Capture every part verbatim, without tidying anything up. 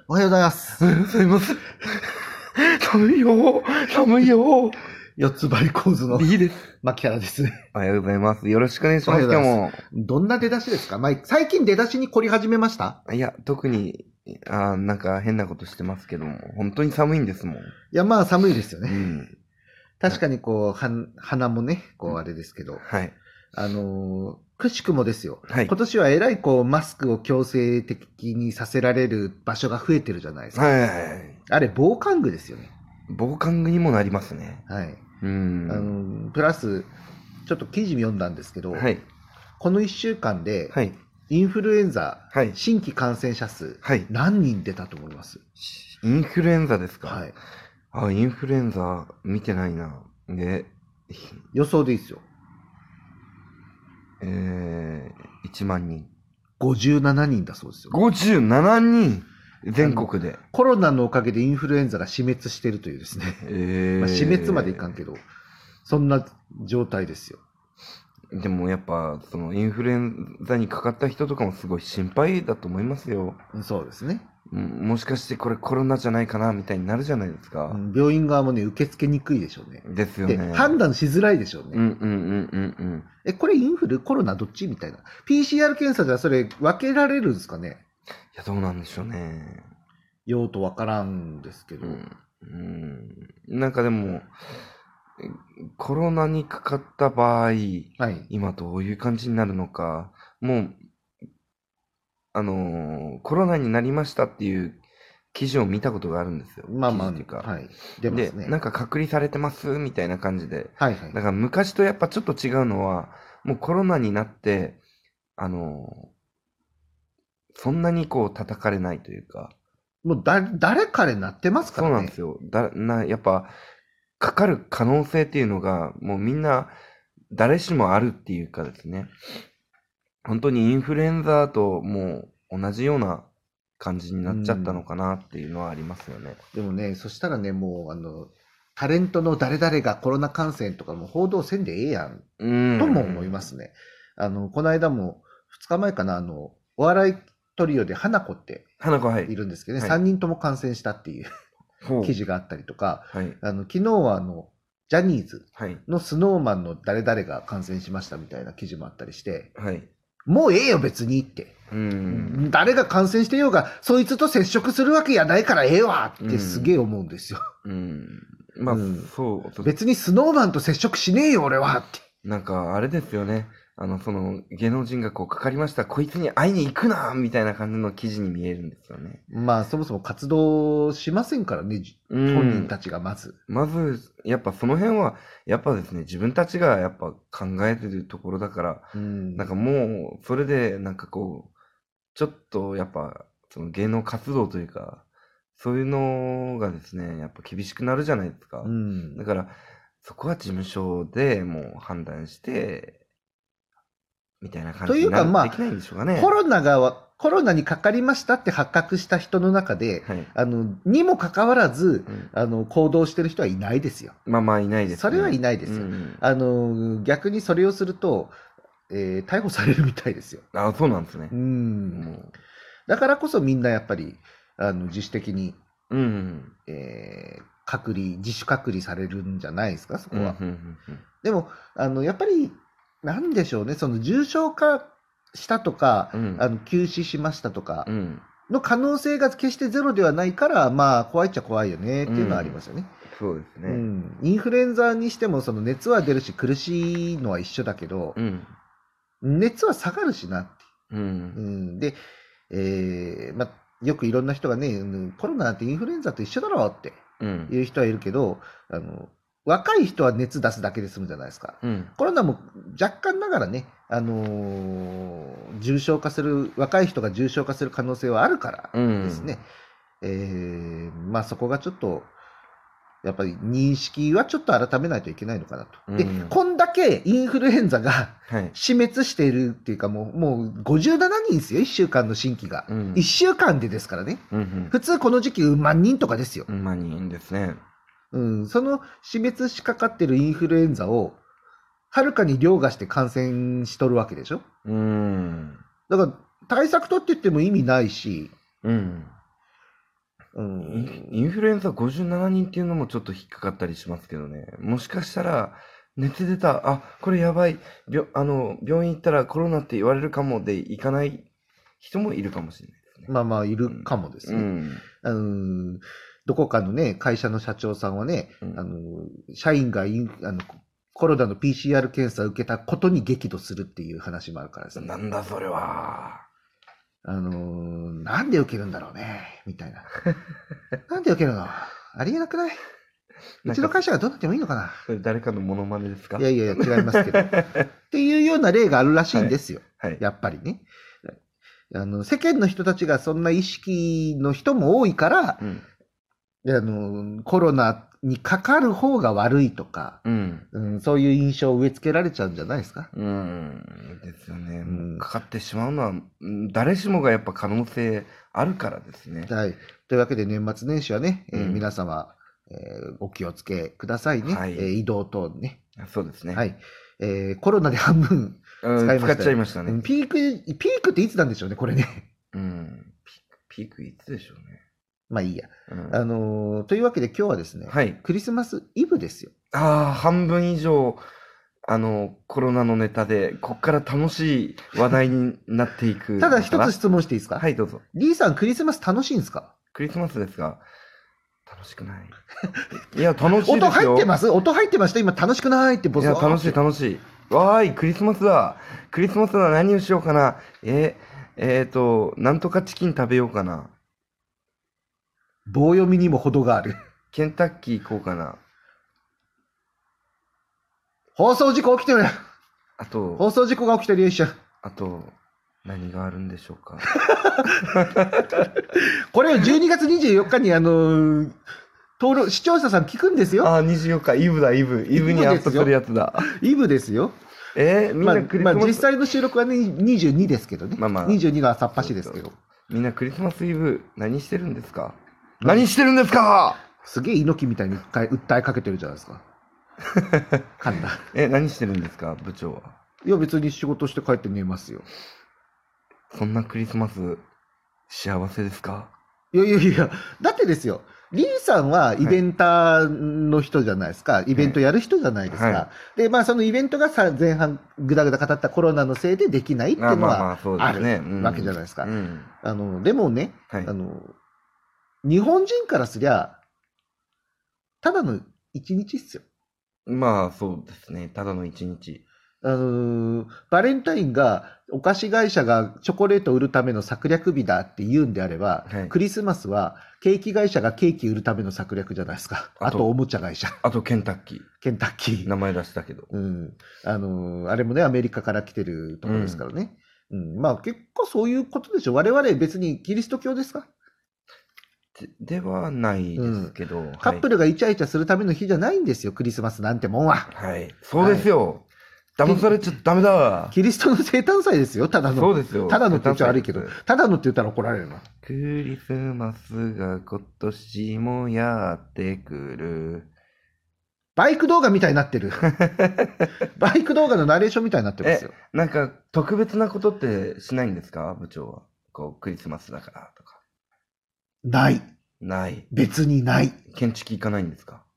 おはようございます。 おはようございます。寒いよ。寒いよ。 四つ張り構図のいいです。 牧原です。 おはようございます。よろしくお願いします。今日も。 どんな出だしですか？まあ、最近出だしに凝り始めました？ いや、特に、あなんか変なことしてますけども、本当に寒いんですもん。いや、まあ寒いですよね。 うん、 確かにこう、は鼻もね、こうあれですけど。うん、 はい。 あのー、くしくもですよ。 はい。 今年はえらいこう、マスクを強制的にさせられる場所が増えてるじゃないですか。 はいはいはい。 あれ、防寒具ですよね。 防寒具にもなりますね。 はい。 うん。 あのー、プラス、ちょっと記事読んだんですけど、 はい。 このいっしゅうかんで、 はい。 インフルエンザ、 はい、 新規感染者数、 はい、 何人出たと思います？ インフルエンザですか？ はい。 あ、インフルエンザ見てないな。で、 予想でいいですよ。 えー、いちまんにん。 ごじゅうななにんだそうですよ。 ごじゅうななにん全国で。 コロナのおかげでインフルエンザが死滅してるというですね。 えー、 まあ死滅までいかんけど、そんな状態ですよ。 でもやっぱ、そのインフルエンザにかかった人とかもすごい心配だと思いますよ。 そうですね。 もしかしてこれコロナじゃないかなみたいになるじゃないですか。 うん、病院側もね、受け付けにくいでしょうね。 ですよね。 で、判断しづらいでしょうね。 うんうんうんうんうん。 え、これインフルコロナどっちみたいな。ピーシーアール 検査じゃそれ分けられるんですかね？ いや、どうなんでしょうね。 用途わからんですけど。うん。 うん、なんかでも、コロナにかかった場合、はい、今どういう感じになるのか、もう、あのー、コロナになりましたっていう記事を見たことがあるんですよ。 まあまあ、 記事っていうか。 はい。出ますね。 で、なんか隔離されてますみたいな感じで。 はいはい。 だから昔とやっぱちょっと違うのは、もうコロナになって、あのー、そんなにこう叩かれないというか。 もうだ、誰彼なってますからね。 そうなんですよ。だ、な、やっぱ、かかる可能性っていうのが、もうみんな、誰しもあるっていうかですね。本当にインフルエンザともう同じような感じになっちゃったのかなっていうのはありますよね。 でもね、そしたらね、もう、あの、タレントの誰々がコロナ感染とかも報道せんでええやん、とも思いますね。あの、この間も、ふつかまえかな、あの、お笑いトリオで花子っているんですけどね、はい、さんにんとも感染したっていう記事があったりとか、はい、あの昨日はあのジャニーズのスノーマンの誰々が感染しましたみたいな記事もあったりして、はい、もうええよ別にって、うん、誰が感染してようがそいつと接触するわけやないからええわってすげえ思うんですよ。うん、まあ、うん、そう別にスノーマンと接触しねえよ俺はって。 なんかあれですよね。あの、その、芸能人がこう、かかりました、こいつに会いに行くなみたいな感じの記事に見えるんですよね。 まあ、そもそも活動しませんからね、本人たちがまず。 まず、やっぱその辺は、やっぱですね、自分たちがやっぱ考えてるところだから、うん、なんかもう、それで、なんかこう、ちょっとやっぱ、その芸能活動というか、そういうのがですね、やっぱ厳しくなるじゃないですか。うん、だから、そこは事務所でもう判断して、みたいな感じになるできないんでしょうかね。 コロナが、コロナにかかりましたって発覚した人の中で、はい、あの、にもかかわらず、うん、あの、行動してる人はいないですよ。 まあまあいないですね。 それはいないですよ。うん、あの、逆にそれをすると、えー、逮捕されるみたいですよ。 あ、そうなんですね。 うん。もうだからこそみんなやっぱり、あの、自主的に、うん、えー、隔離、自主隔離されるんじゃないですか、そこは。うんうんうんうん、でも、あの、やっぱり、なんでしょうね、その重症化したとか、うん、あの休止しましたとかの可能性が決してゼロではないから、まあ、怖いっちゃ怖いよねっていうのはありますよね。 うん、そうですね、うん。 インフルエンザにしても、その熱は出るし、苦しいのは一緒だけど、うん、熱は下がるしなって。うんうん、で、えーまあ、よくいろんな人がね、コロナなんてインフルエンザと一緒だろうっていう人はいるけど、あの若い人は熱出すだけで済むじゃないですか。うん、コロナも若干ながらね、あのー、重症化する、若い人が重症化する可能性はあるからですね。うん、えー、まあそこがちょっと、やっぱり認識はちょっと改めないといけないのかなと。うん、で、こんだけインフルエンザが死滅しているっていうか、もう、もうごじゅうななにんですよ、いっしゅうかんの新規が。うん、いっしゅうかんでですからね。うんうん、普通この時期、うんまんにんとかですよ。 うんまんにんですね。 うん、その死滅しかかってるインフルエンザを、はるかに凌駕して感染しとるわけでしょ。うん。だから、対策取って言っても意味ないし、うん。 うん、 インフルエンザごじゅうななにんっていうのもちょっと引っかかったりしますけどね。もしかしたら、熱出た、あ、これやばい、病あの病院行ったらコロナって言われるかもで行かない人もいるかもしれないですね。 まあまあ、いるかもですね。うんうん、どこかのね、会社の社長さんはね、うん、あの社員がインあのコロナの ピーシーアール 検査を受けたことに激怒するっていう話もあるからですね。 なんだそれは。 あのー、なんで受けるんだろうね、みたいな。なんで受けるのありえなくないうちの会社がどうなってもいいのかな。 それ誰かのモノマネですか？ いやいやいや、違いますけど。っていうような例があるらしいんですよ。 はいはい、 やっぱりね。あの世間の人たちがそんな意識の人も多いから、うん、あのコロナにかかる方が悪いとか、うんうん、そういう印象を植え付けられちゃうんじゃないですか。 うんですよね、うん、かかってしまうのは誰しもがやっぱ可能性あるからですね。 はい、というわけで年末年始はね、うんえー、皆様、えー、お気をつけくださいね、はいえー、移動等ね。 そうですね、 はいえー、コロナで半分使いました、 うん、使っちゃいましたね。 ピークピークっていつなんでしょうね、これね。 うん、ピークいつでしょうね。 まあいいや。うん、あのー、というわけで今日はですね、 はい、 クリスマスイブですよ。 ああ、半分以上、あの、コロナのネタで、こっから楽しい話題になっていく。 ただ一つ質問していいですか？ はい、どうぞ。 リーさん、クリスマス楽しいんですか？ クリスマスですが、楽しくない。いや、楽しいですよ。 音入ってます音入ってました今、楽しくないってボス。 いや、楽しい、楽しい。わーい、クリスマスだ。クリスマスは何をしようかな。えー、えーと、なんとかチキン食べようかな。 棒読みにも程がある。 ケンタッキー行こうかな。 放送事故起きてる。 あと、 放送事故が起きてるよ、一緒。 あと、何があるんでしょうか。 これをじゅうにがつにじゅうよっかに、あのー、登録、視聴者さん聞くんですよ。 ああ、にじゅうよっか、イブだ、イブ。イブにアップするやつだ。 イブですよ。 えー、みんなクリスマス、 まあ、実際の収録はね、にじゅうにですけどね。まあまあ、にじゅうにの朝っぱしですけど。 みんなクリスマスイブ、何してるんですか？何してるんですか？ すげえ猪木みたいに訴えかけてるじゃないですか。噛んだ。 え、何してるんですか、部長は。 いや、別に仕事して帰って寝ますよ。 そんなクリスマス、幸せですか？ いやいやいや、だってですよ。リーさんはイベンターの人じゃないですか。はい、イベントやる人じゃないですか。はい、で、まあそのイベントがさ前半ぐだぐだ語ったコロナのせいでできないっていうのはあるわけじゃないですか。あの、でもね、はい、あの、日本人からすりゃ、ただの一日っすよ。 まあそうですね。ただの一日。 あのー、バレンタインがお菓子会社がチョコレートを売るための策略日だって言うんであれば、はい、クリスマスはケーキ会社がケーキ売るための策略じゃないですか。あ と, あとおもちゃ会社。 あとケンタッキー。 ケンタッキー。 名前出したけど。 うん。あのー、あれもね、アメリカから来てるところですからね。うん。うん、まあ結構そういうことでしょ。我々別にキリスト教ですか？ ではないですけど、うん、 カップルがイチャイチャするための日じゃないんですよ、クリスマスなんてもんは。 はい。そうですよ。はい騙されちゃダメだ。 キリストの生誕祭ですよ、ただの。 そうですよ。 ただのって言っちゃ悪いけど、ただのって言ったら怒られるな。 クリスマスが今年もやってくる。 バイク動画みたいになってる。バイク動画のナレーションみたいになってますよ。 え、なんか特別なことってしないんですか、部長は。こう、クリスマスだからとか。 ない。 ない。 別にない。 建築行かないんですか？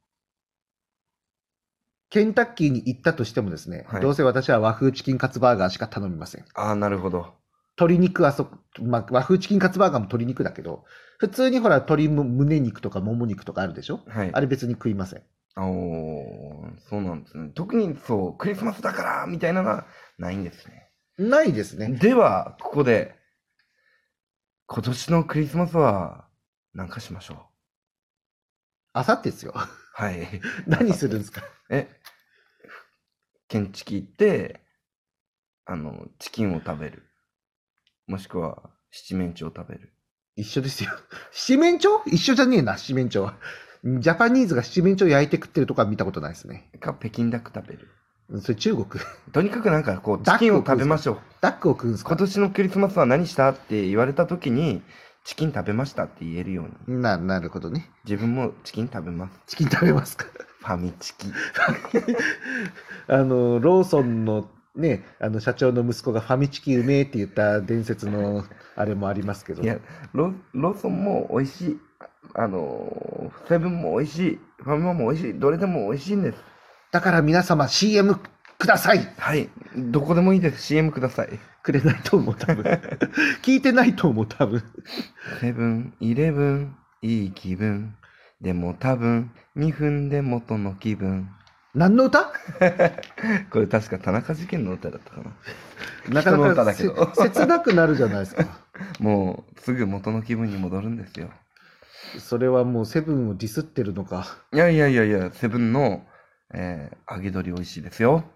ケンタッキーに行ったとしてもですね、はい、どうせ私は和風チキンカツバーガーしか頼みません。 ああ、なるほど。 鶏肉はそ、まあ、和風チキンカツバーガーも鶏肉だけど、普通にほら、鶏む胸肉とかもも肉とかあるでしょ、はい、あれ別に食いません。 おー、そうなんですね。特にそう、クリスマスだからみたいなのはないんですね。 ないですね。 では、ここで、今年のクリスマスは何かしましょう。 あさってですよ。 はい。 何するんですか？ え、建築行って、あの、チキンを食べる。もしくは、七面鳥を食べる。 一緒ですよ。七面鳥一緒じゃねえな、七面鳥は。ジャパニーズが七面鳥焼いて食ってるとか見たことないですね。 か、北京ダック食べる。 それ中国。 とにかくなんかこう、チキンを食べましょう。 ダックを食うんですか？ 今年のクリスマスは何したって言われた時に、チキン食べましたって言えるように。 な、なるほどね。 自分もチキン食べます。 チキン食べますか？ ファミチキ。 あの、ローソンのね、あの社長の息子がファミチキうめえって言った伝説のあれもありますけど。 いや、ロ、ローソンも美味しい。 あのーセブンも美味しい、ファミマも美味しい、どれでも美味しいんです。 だから皆様 シーエム ください。 はい。どこでもいいです。シーエム ください。 くれないと思う、多分。聞いてないと思う、多分。 セブン、イレブン、いい気分。でも多分、にふんで元の気分。 何の歌これ確か田中事件の歌だったかな。 なかなか人の歌だけど切なくなるじゃないですか。 もうすぐ元の気分に戻るんですよ。 それはもうセブンをディスってるのか。 いやいやいやいや、セブンの、えー、揚げ鶏美味しいですよ。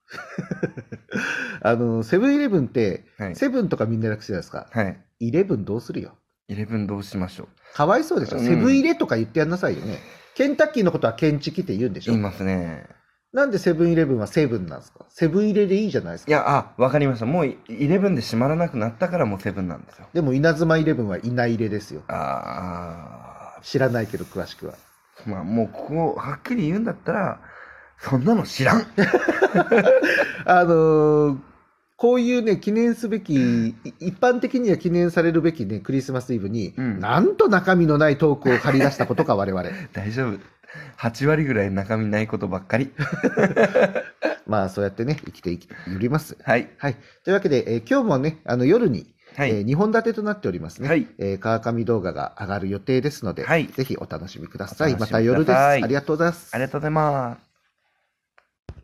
あの、セブンイレブンって、 はい、 セブンとかみんな楽じゃないですか。 はい。 イレブンどうするよ。 イレブンどうしましょう。 かわいそうでしょ。うん、セブンイレとか言ってやんなさいよね。ケンタッキーのことはケンチキって言うんでしょ。 言いますね。 なんでセブンイレブンはセブンなんですか。セブンイレでいいじゃないですか。 いや、あ、わかりました。もうイレブンで閉まらなくなったからもうセブンなんですよ。 でも稲妻イレブンは稲入れですよ。 ああ。 知らないけど詳しくは。 まあもうここはっきり言うんだったら、そんなの知らん。 あのー、こういうね、記念すべき、一般的には記念されるべきね、クリスマスイブに、うん、なんと中身のないトークを借り出したことか、我々。 大丈夫。はち割ぐらい中身ないことばっかり。 まあ、そうやってね、生きております。 はい。 はい。というわけで、えー、今日もね、あの夜に、はい、えー、にほん立てとなっておりますね。はい。えー、川上動画が上がる予定ですので、はい、ぜひお楽しみください。また夜です。ありがとうございます。 ありがとうございます。